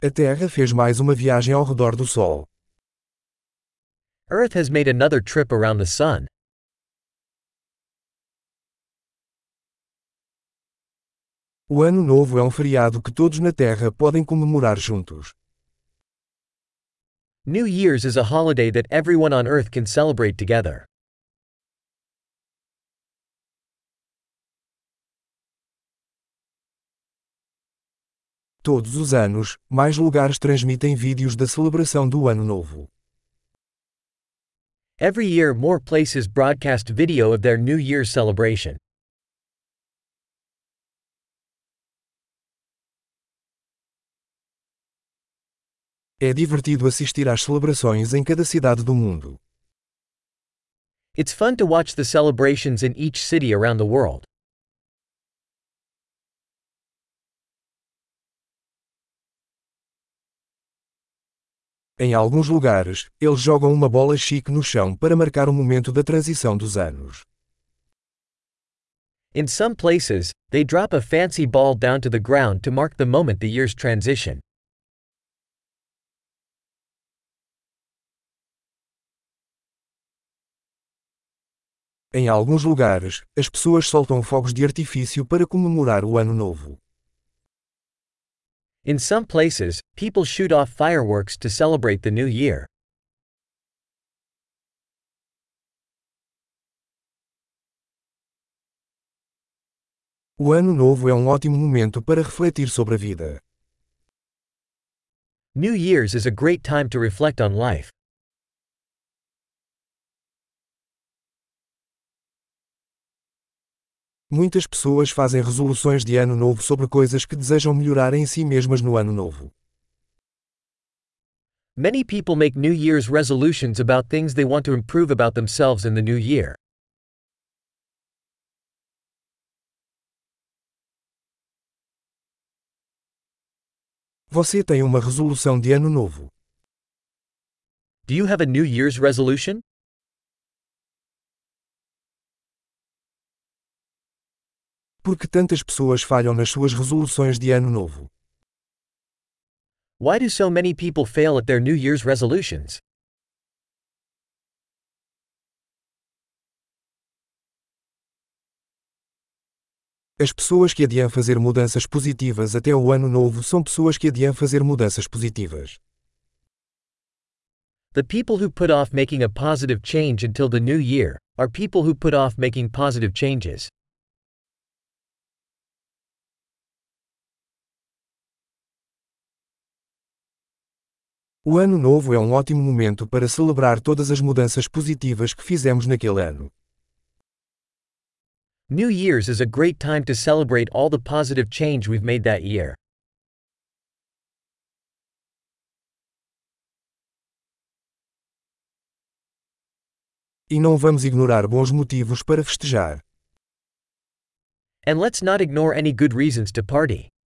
A Terra fez mais uma viagem ao redor do Sol. Earth has made another trip around the sun. O Ano Novo é um feriado que todos na Terra podem comemorar juntos. New Year's is a holiday that everyone on Earth can celebrate together. Todos os anos, mais lugares transmitem vídeos da celebração do Ano Novo. Every year more places broadcast video of their New Year's celebration. É divertido assistir às celebrações em cada cidade do mundo. It's fun to watch the celebrations in each city around the world. Em alguns lugares, eles jogam uma bola chique no chão para marcar o momento da transição dos anos. In some places, they drop a fancy ball down to the ground to mark the moment the year's transition. Em alguns lugares, as pessoas soltam fogos de artifício para comemorar o Ano Novo. In some places, people shoot off fireworks to celebrate the new year. O Ano Novo é um ótimo momento para refletir sobre a vida. New Year's is a great time to reflect on life. Muitas pessoas fazem resoluções de Ano Novo sobre coisas que desejam melhorar em si mesmas no Ano Novo. Many people make New Year's resolutions about things they want to improve about themselves in the new year. Você tem uma resolução de Ano Novo? Do you have a New Year's resolution? Por que tantas pessoas falham nas suas resoluções de Ano Novo? Why do so many people fail at their New Year's resolutions? As pessoas que adiam fazer mudanças positivas até o Ano Novo são pessoas que adiam fazer mudanças positivas. The people who put off making a positive change until the new year are people who put off making positive changes. O Ano Novo é um ótimo momento para celebrar todas as mudanças positivas que fizemos naquele ano. New Year's is a great time to celebrate all the positive change we've made that year. E não vamos ignorar bons motivos para festejar. And let's not ignore any good reasons to party.